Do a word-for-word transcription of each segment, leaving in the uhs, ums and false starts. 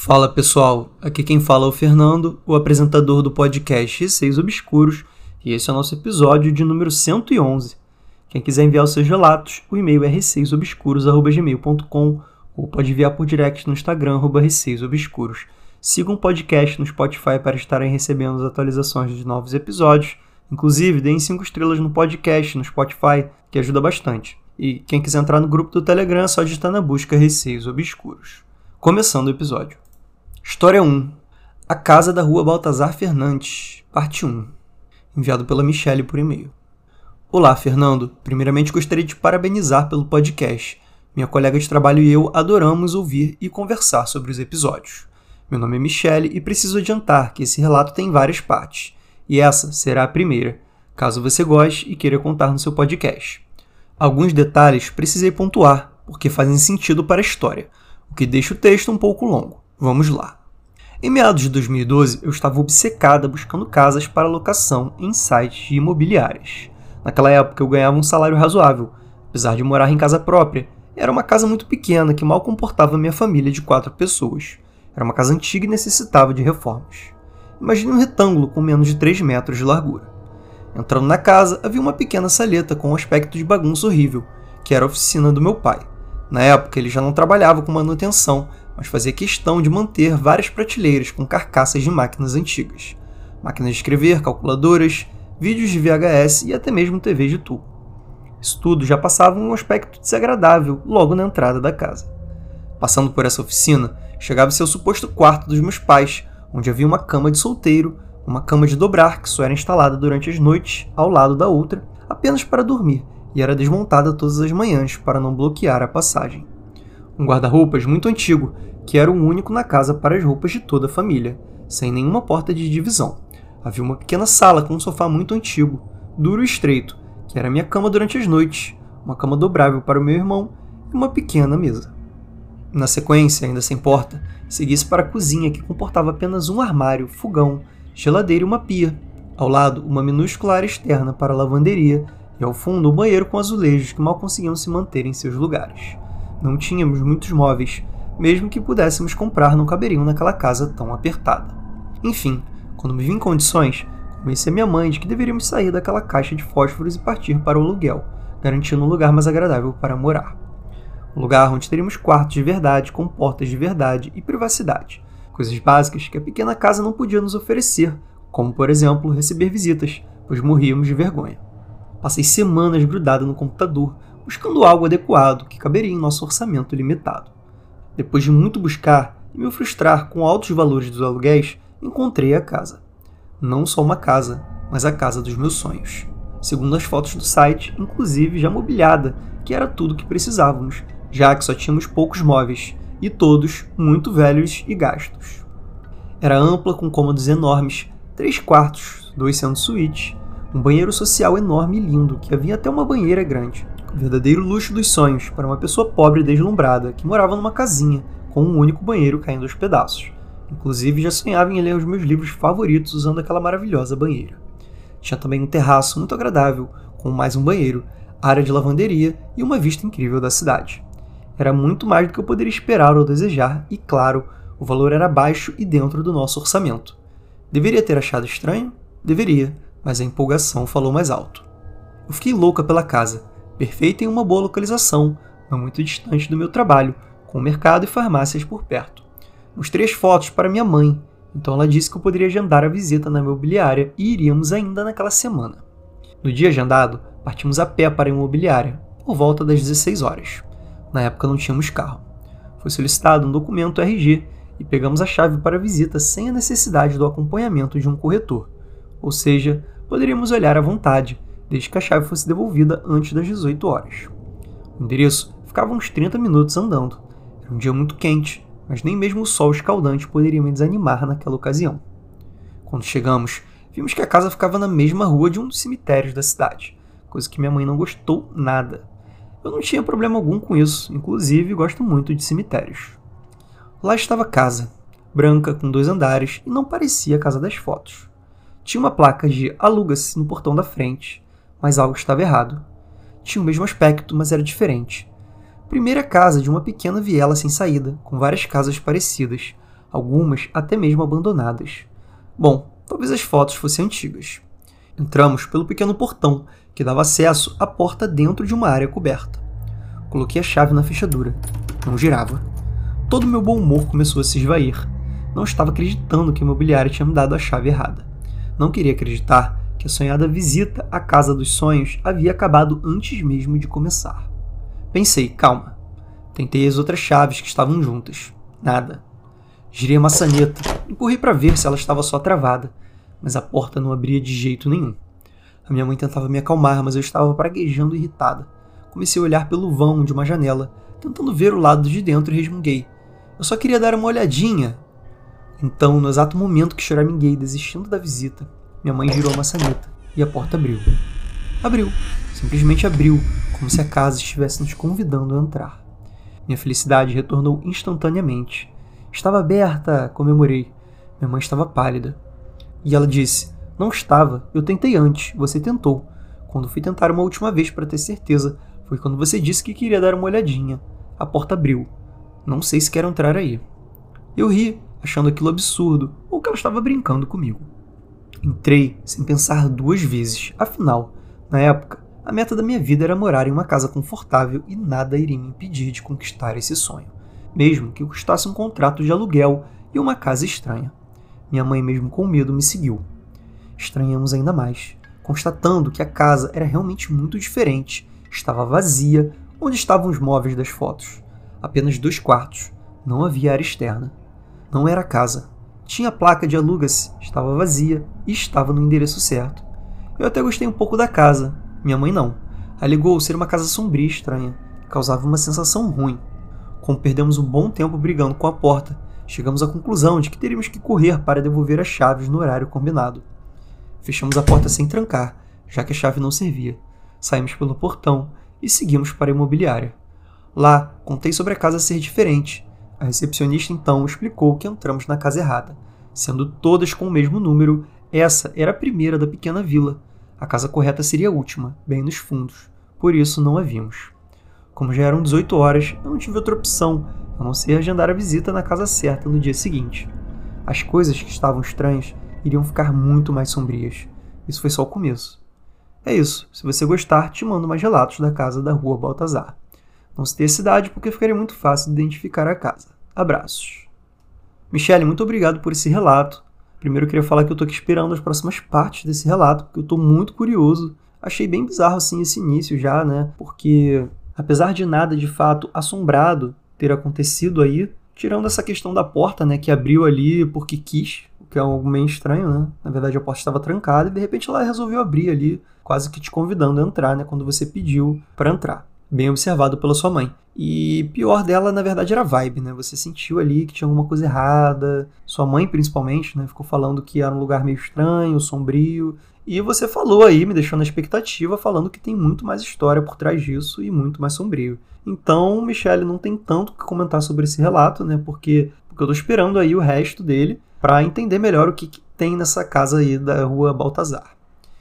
Fala pessoal, aqui quem fala é o Fernando, o apresentador do podcast Receios Obscuros, e esse é o nosso episódio de número cento e onze. Quem quiser enviar os seus relatos, o e-mail é receiosobscuros arroba gmail ponto com ou pode enviar por direct no Instagram, arroba receiosobscuros. Sigam o podcast no Spotify para estarem recebendo as atualizações de novos episódios. Inclusive, deem cinco estrelas no podcast no Spotify, que ajuda bastante. E quem quiser entrar no grupo do Telegram é só digitar na busca Receios Obscuros. Começando o episódio. História um. A Casa da Rua Baltazar Fernandes, parte um. Enviado pela Michelle por e-mail. Olá, Fernando. Primeiramente gostaria de parabenizar pelo podcast. Minha colega de trabalho e eu adoramos ouvir e conversar sobre os episódios. Meu nome é Michelle e preciso adiantar que esse relato tem várias partes. E essa será a primeira, caso você goste e queira contar no seu podcast. Alguns detalhes precisei pontuar, porque fazem sentido para a história, o que deixa o texto um pouco longo. Vamos lá. Em meados de dois mil e doze, eu estava obcecada buscando casas para locação em sites de imobiliárias. Naquela época eu ganhava um salário razoável, apesar de morar em casa própria. Era uma casa muito pequena que mal comportava minha família de quatro pessoas. Era uma casa antiga e necessitava de reformas. Imagine um retângulo com menos de três metros de largura. Entrando na casa, havia uma pequena saleta com um aspecto de bagunça horrível, que era a oficina do meu pai. Na época ele já não trabalhava com manutenção, mas fazia questão de manter várias prateleiras com carcaças de máquinas antigas. Máquinas de escrever, calculadoras, vídeos de V H S e até mesmo T V de tubo. Isso tudo já passava um aspecto desagradável logo na entrada da casa. Passando por essa oficina, chegava-se ao suposto quarto dos meus pais, onde havia uma cama de solteiro, uma cama de dobrar que só era instalada durante as noites, ao lado da outra, apenas para dormir, e era desmontada todas as manhãs para não bloquear a passagem. Um guarda-roupas muito antigo, que era o único na casa para as roupas de toda a família, sem nenhuma porta de divisão. Havia uma pequena sala com um sofá muito antigo, duro e estreito, que era a minha cama durante as noites, uma cama dobrável para o meu irmão e uma pequena mesa. Na sequência, ainda sem porta, segui-se para a cozinha, que comportava apenas um armário, fogão, geladeira e uma pia. Ao lado, uma minúscula área externa para a lavanderia e ao fundo, um banheiro com azulejos que mal conseguiam se manter em seus lugares. Não tínhamos muitos móveis, mesmo que pudéssemos comprar não caberiam naquela casa tão apertada. Enfim, quando me vi em condições, convenci a minha mãe de que deveríamos sair daquela caixa de fósforos e partir para o aluguel, garantindo um lugar mais agradável para morar. Um lugar onde teríamos quartos de verdade, com portas de verdade e privacidade. Coisas básicas que a pequena casa não podia nos oferecer, como, por exemplo, receber visitas, pois morríamos de vergonha. Passei semanas grudada no computador, buscando algo adequado que caberia em nosso orçamento limitado. Depois de muito buscar e me frustrar com altos valores dos aluguéis, encontrei a casa. Não só uma casa, mas a casa dos meus sonhos. Segundo as fotos do site, inclusive já mobiliada, que era tudo o que precisávamos, já que só tínhamos poucos móveis, e todos muito velhos e gastos. Era ampla, com cômodos enormes, três quartos, dois sendo suítes, um banheiro social enorme e lindo, que havia até uma banheira grande. O verdadeiro luxo dos sonhos para uma pessoa pobre e deslumbrada que morava numa casinha com um único banheiro caindo aos pedaços. Inclusive já sonhava em ler os meus livros favoritos usando aquela maravilhosa banheira. Tinha também um terraço muito agradável, com mais um banheiro, área de lavanderia e uma vista incrível da cidade. Era muito mais do que eu poderia esperar ou desejar e, claro, o valor era baixo e dentro do nosso orçamento. Deveria ter achado estranho? Deveria, mas a empolgação falou mais alto. Eu fiquei louca pela casa, perfeita em uma boa localização, não muito distante do meu trabalho, com mercado e farmácias por perto. Mostrei as fotos para minha mãe, então ela disse que eu poderia agendar a visita na imobiliária e iríamos ainda naquela semana. No dia agendado, partimos a pé para a imobiliária, por volta das dezesseis horas. Na época não tínhamos carro. Foi solicitado um documento R G e pegamos a chave para a visita sem a necessidade do acompanhamento de um corretor, ou seja, poderíamos olhar à vontade, desde que a chave fosse devolvida antes das dezoito horas. O endereço ficava uns trinta minutos andando. Era um dia muito quente, mas nem mesmo o sol escaldante poderia me desanimar naquela ocasião. Quando chegamos, vimos que a casa ficava na mesma rua de um dos cemitérios da cidade, coisa que minha mãe não gostou nada. Eu não tinha problema algum com isso, inclusive gosto muito de cemitérios. Lá estava a casa, branca, com dois andares, e não parecia a casa das fotos. Tinha uma placa de aluga-se no portão da frente, mas algo estava errado. Tinha o mesmo aspecto, mas era diferente. Primeira casa de uma pequena viela sem saída, com várias casas parecidas. algumas até mesmo abandonadas. Bom, talvez as fotos fossem antigas. Entramos pelo pequeno portão que dava acesso à porta dentro de uma área coberta. Coloquei a chave na fechadura. Não girava. Todo o meu bom humor começou a se esvair. Não estava acreditando que a imobiliária tinha me dado a chave errada. Não queria acreditar que a sonhada visita à casa dos sonhos havia acabado antes mesmo de começar. Pensei, calma. Tentei as outras chaves que estavam juntas. Nada. Girei a maçaneta, empurrei para ver se ela estava só travada, mas a porta não abria de jeito nenhum. A minha mãe tentava me acalmar, mas eu estava praguejando irritada. Comecei a olhar pelo vão de uma janela, tentando ver o lado de dentro e resmunguei. Eu só queria dar uma olhadinha. Então, no exato momento que choraminguei, desistindo da visita, minha mãe girou a maçaneta e a porta abriu. Abriu. Simplesmente abriu, como se a casa estivesse nos convidando a entrar. Minha felicidade retornou instantaneamente. Estava aberta, comemorei. Minha mãe estava pálida. E ela disse, não estava, eu tentei antes, você tentou. Quando fui tentar uma última vez para ter certeza, foi quando você disse que queria dar uma olhadinha. A porta abriu. Não sei se quero entrar aí. Eu ri, achando aquilo absurdo, ou que ela estava brincando comigo. Entrei sem pensar duas vezes. Afinal, na época, a meta da minha vida era morar em uma casa confortável e nada iria me impedir de conquistar esse sonho, mesmo que custasse um contrato de aluguel e uma casa estranha. Minha mãe, mesmo com medo, me seguiu. Estranhamos ainda mais, constatando que a casa era realmente muito diferente. Estava vazia, onde estavam os móveis das fotos. Apenas dois quartos. Não havia área externa. Não era casa. Tinha placa de aluga-se, estava vazia e estava no endereço certo. Eu até gostei um pouco da casa. Minha mãe não. Alegou ser uma casa sombria e estranha. Causava uma sensação ruim. Como perdemos um bom tempo brigando com a porta, chegamos à conclusão de que teríamos que correr para devolver as chaves no horário combinado. Fechamos a porta sem trancar, já que a chave não servia. Saímos pelo portão e seguimos para a imobiliária. Lá, contei sobre a casa ser diferente. A recepcionista então explicou que entramos na casa errada. Sendo todas com o mesmo número, essa era a primeira da pequena vila. A casa correta seria a última, bem nos fundos. Por isso não a vimos. Como já eram dezoito horas, eu não tive outra opção, a não ser agendar a visita na casa certa no dia seguinte. As coisas que estavam estranhas iriam ficar muito mais sombrias. Isso foi só o começo. É isso. Se você gostar, te mando mais relatos da casa da Rua Baltazar. Não citei a cidade porque ficaria muito fácil de identificar a casa. Abraços. Michele, muito obrigado por esse relato. Primeiro eu queria falar que eu tô aqui esperando as próximas partes desse relato, porque eu tô muito curioso. Achei bem bizarro assim esse início já, né? Porque apesar de nada de fato assombrado ter acontecido aí, tirando essa questão da porta, né, que abriu ali porque quis, o que é algo meio estranho, né? Na verdade a porta estava trancada e de repente ela resolveu abrir ali, quase que te convidando a entrar, né, quando você pediu para entrar. Bem observado pela sua mãe. E pior dela, na verdade, era a vibe, né? Você sentiu ali que tinha alguma coisa errada. Sua mãe, principalmente, né? Ficou falando que era um lugar meio estranho, sombrio. E você falou aí, me deixou na expectativa, falando que tem muito mais história por trás disso e muito mais sombrio. Então, Michele, não tem tanto o que comentar sobre esse relato, né? Porque, porque eu tô esperando aí o resto dele para entender melhor o que, que tem nessa casa aí da Rua Baltazar.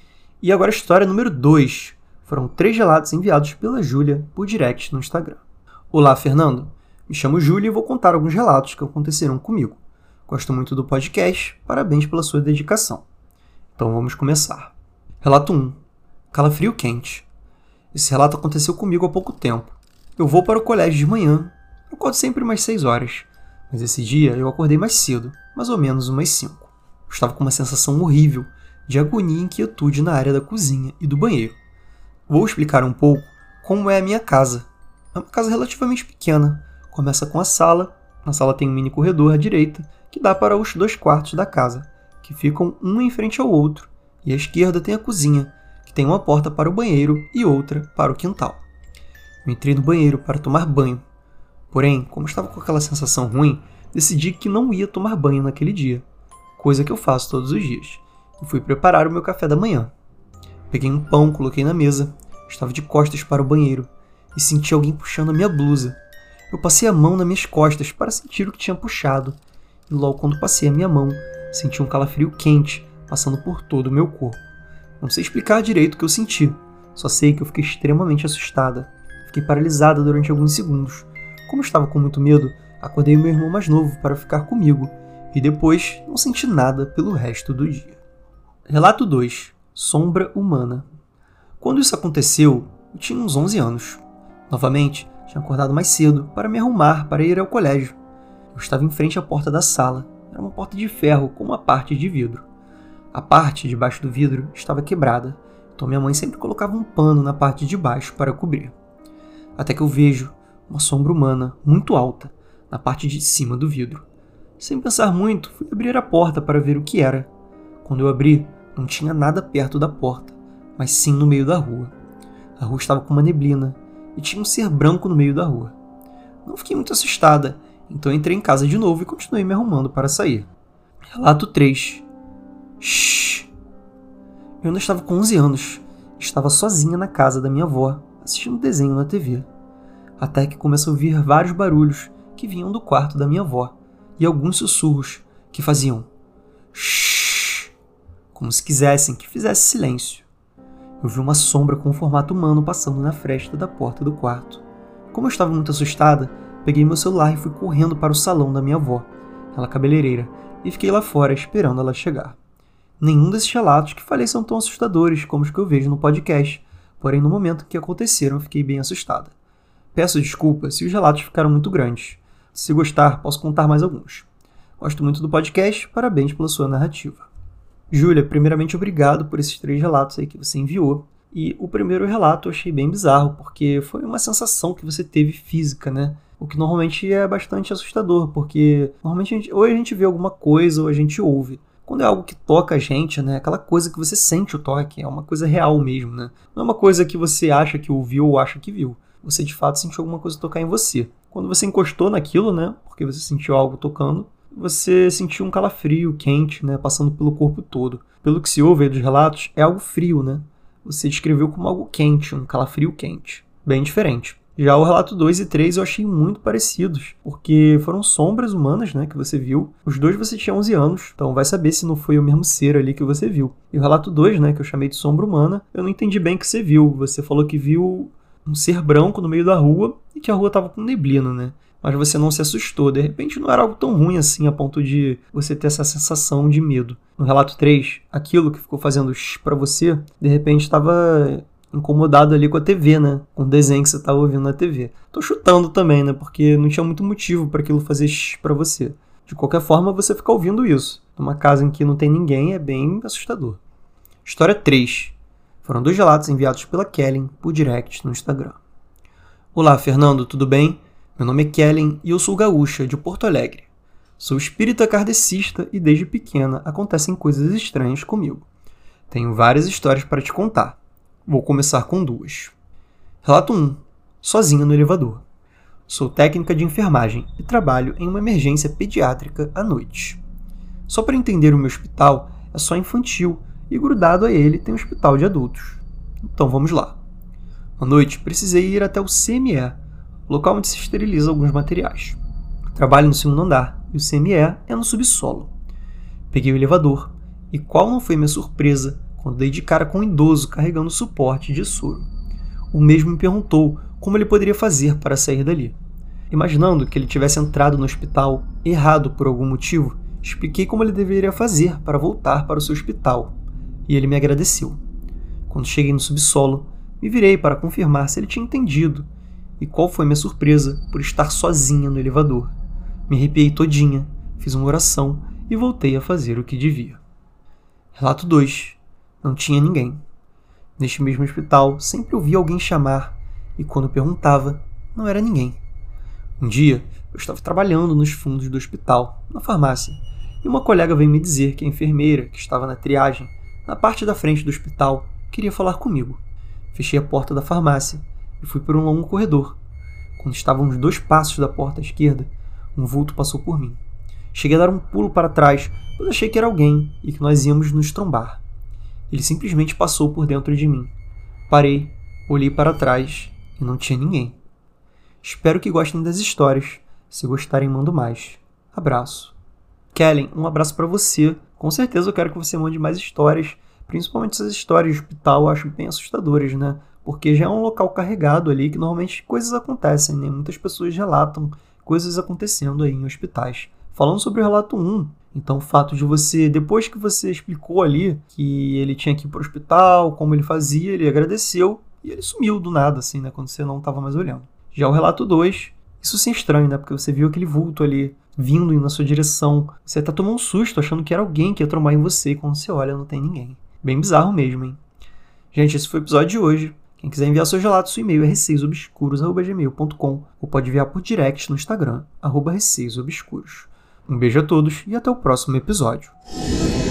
E agora a história número dois. Foram três relatos enviados pela Júlia por direct no Instagram. Olá, Fernando. Me chamo Júlia e vou contar alguns relatos que aconteceram comigo. Gosto muito do podcast. Parabéns pela sua dedicação. Então vamos começar. Relato um. Calafrio quente. Esse relato aconteceu comigo há pouco tempo. Eu vou para o colégio de manhã. Eu acordo sempre umas seis horas. Mas esse dia eu acordei mais cedo, mais ou menos umas cinco. Eu estava com uma sensação horrível de agonia e inquietude na área da cozinha e do banheiro. Vou explicar um pouco como é a minha casa. É uma casa relativamente pequena. Começa com a sala. Na sala tem um mini corredor à direita, que dá para os dois quartos da casa, que ficam um em frente ao outro. E à esquerda tem a cozinha, que tem uma porta para o banheiro e outra para o quintal. Eu entrei no banheiro para tomar banho. Porém, como estava com aquela sensação ruim, decidi que não ia tomar banho naquele dia, coisa que eu faço todos os dias, e fui preparar o meu café da manhã. Peguei um pão, coloquei na mesa, estava de costas para o banheiro e senti alguém puxando a minha blusa. Eu passei a mão nas minhas costas para sentir o que tinha puxado e logo quando passei a minha mão, senti um calafrio quente passando por todo o meu corpo. Não sei explicar direito o que eu senti, só sei que eu fiquei extremamente assustada. Fiquei paralisada durante alguns segundos. Como eu estava com muito medo, acordei o meu irmão mais novo para ficar comigo e depois não senti nada pelo resto do dia. Relato dois. Sombra humana. Quando isso aconteceu, eu tinha uns onze anos. Novamente, tinha acordado mais cedo para me arrumar para ir ao colégio. Eu estava em frente à porta da sala. Era uma porta de ferro com uma parte de vidro. A parte de baixo do vidro estava quebrada, então minha mãe sempre colocava um pano na parte de baixo para cobrir. Até que eu vejo uma sombra humana muito alta na parte de cima do vidro. Sem pensar muito, fui abrir a porta para ver o que era. Quando eu abri, não tinha nada perto da porta, mas sim no meio da rua. A rua estava com uma neblina e tinha um ser branco no meio da rua. Não fiquei muito assustada, então entrei em casa de novo e continuei me arrumando para sair. Relato três. Shhh. Eu ainda estava com onze anos. Estava sozinha na casa da minha avó, assistindo desenho na T V. Até que começou a ouvir vários barulhos que vinham do quarto da minha avó e alguns sussurros que faziam shhh, como se quisessem que fizesse silêncio. Eu vi uma sombra com um formato humano passando na fresta da porta do quarto. Como eu estava muito assustada, peguei meu celular e fui correndo para o salão da minha avó, ela cabeleireira, e fiquei lá fora esperando ela chegar. Nenhum desses relatos que falei são tão assustadores como os que eu vejo no podcast, porém no momento que aconteceram eu fiquei bem assustada. Peço desculpa se os relatos ficaram muito grandes. Se gostar, posso contar mais alguns. Gosto muito do podcast, parabéns pela sua narrativa. Júlia, primeiramente obrigado por esses três relatos aí que você enviou. E o primeiro relato eu achei bem bizarro, porque foi uma sensação que você teve física, né? O que normalmente é bastante assustador, porque normalmente a gente, ou a gente vê alguma coisa ou a gente ouve. Quando é algo que toca a gente, né? Aquela coisa que você sente o toque, é uma coisa real mesmo, né? Não é uma coisa que você acha que ouviu ou acha que viu. Você de fato sentiu alguma coisa tocar em você. Quando você encostou naquilo, né? Porque você sentiu algo tocando, você sentiu um calafrio quente, né? Passando pelo corpo todo. Pelo que se ouve aí dos relatos, é algo frio, né? Você descreveu como algo quente, um calafrio quente. Bem diferente. Já o relato dois e três eu achei muito parecidos, porque foram sombras humanas, né, que você viu. Os dois você tinha onze anos, então vai saber se não foi o mesmo ser ali que você viu. E o relato dois, né, que eu chamei de sombra humana, eu não entendi bem o que você viu. Você falou que viu um ser branco no meio da rua e que a rua estava com neblina, né? Mas você não se assustou. De repente não era algo tão ruim assim a ponto de você ter essa sensação de medo. No relato três, aquilo que ficou fazendo shh pra você, de repente estava incomodado ali com a T V, né? Com o desenho que você estava ouvindo na T V. Tô chutando também, né? Porque não tinha muito motivo para aquilo fazer shh pra você. De qualquer forma, você ficar ouvindo isso numa casa em que não tem ninguém é bem assustador. História três. Foram dois relatos enviados pela Kellen por direct no Instagram. Olá, Fernando, tudo bem? Meu nome é Kellen e eu sou gaúcha, de Porto Alegre. Sou espírita kardecista e desde pequena acontecem coisas estranhas comigo. Tenho várias histórias para te contar. Vou começar com duas. Relato um. Sozinha no elevador. Sou técnica de enfermagem e trabalho em uma emergência pediátrica à noite. Só para entender o meu hospital, é só infantil e grudado a ele tem um hospital de adultos. Então vamos lá. À noite, precisei ir até o C M E, local onde se esteriliza alguns materiais. Trabalho no segundo andar e o C M E é no subsolo. Peguei o elevador e qual não foi minha surpresa quando dei de cara com um idoso carregando suporte de soro. O mesmo me perguntou como ele poderia fazer para sair dali. Imaginando que ele tivesse entrado no hospital errado por algum motivo, expliquei como ele deveria fazer para voltar para o seu hospital, e ele me agradeceu. Quando cheguei no subsolo, me virei para confirmar se ele tinha entendido, e qual foi minha surpresa por estar sozinha no elevador. Me arrepiei todinha, fiz uma oração e voltei a fazer o que devia. Relato dois. Não tinha ninguém. Neste mesmo hospital, sempre ouvia alguém chamar, e quando perguntava, não era ninguém. Um dia, eu estava trabalhando nos fundos do hospital, na farmácia, e uma colega veio me dizer que a enfermeira, que estava na triagem, na parte da frente do hospital, queria falar comigo. Fechei a porta da farmácia e fui por um longo corredor. Quando estava a uns dois passos da porta à esquerda, um vulto passou por mim. Cheguei a dar um pulo para trás, pois achei que era alguém e que nós íamos nos trombar. Ele simplesmente passou por dentro de mim. Parei, olhei para trás e não tinha ninguém. Espero que gostem das histórias. Se gostarem, mando mais. Abraço. Kellen, um abraço para você. Com certeza eu quero que você mande mais histórias, principalmente essas histórias de hospital, eu acho bem assustadoras, né? Porque já é um local carregado ali que normalmente coisas acontecem, né? Muitas pessoas relatam coisas acontecendo aí em hospitais. Falando sobre o relato um, Então o fato de você, depois que você explicou ali que ele tinha que ir pro hospital, como ele fazia, ele agradeceu e ele sumiu do nada, assim, né? Quando você não estava mais olhando. Já o relato dois, isso sim é estranho, né? Porque você viu aquele vulto ali vindo na sua direção. Você até tomou um susto achando que era alguém que ia trombar em você e quando você olha não tem ninguém. Bem bizarro mesmo, hein? Gente, esse foi o episódio de hoje. Quem quiser enviar seus relatos, o e-mail é receisobscuros arroba gmail ponto com ou pode enviar por direct no Instagram, arroba receisobscuros. Um beijo a todos e até o próximo episódio.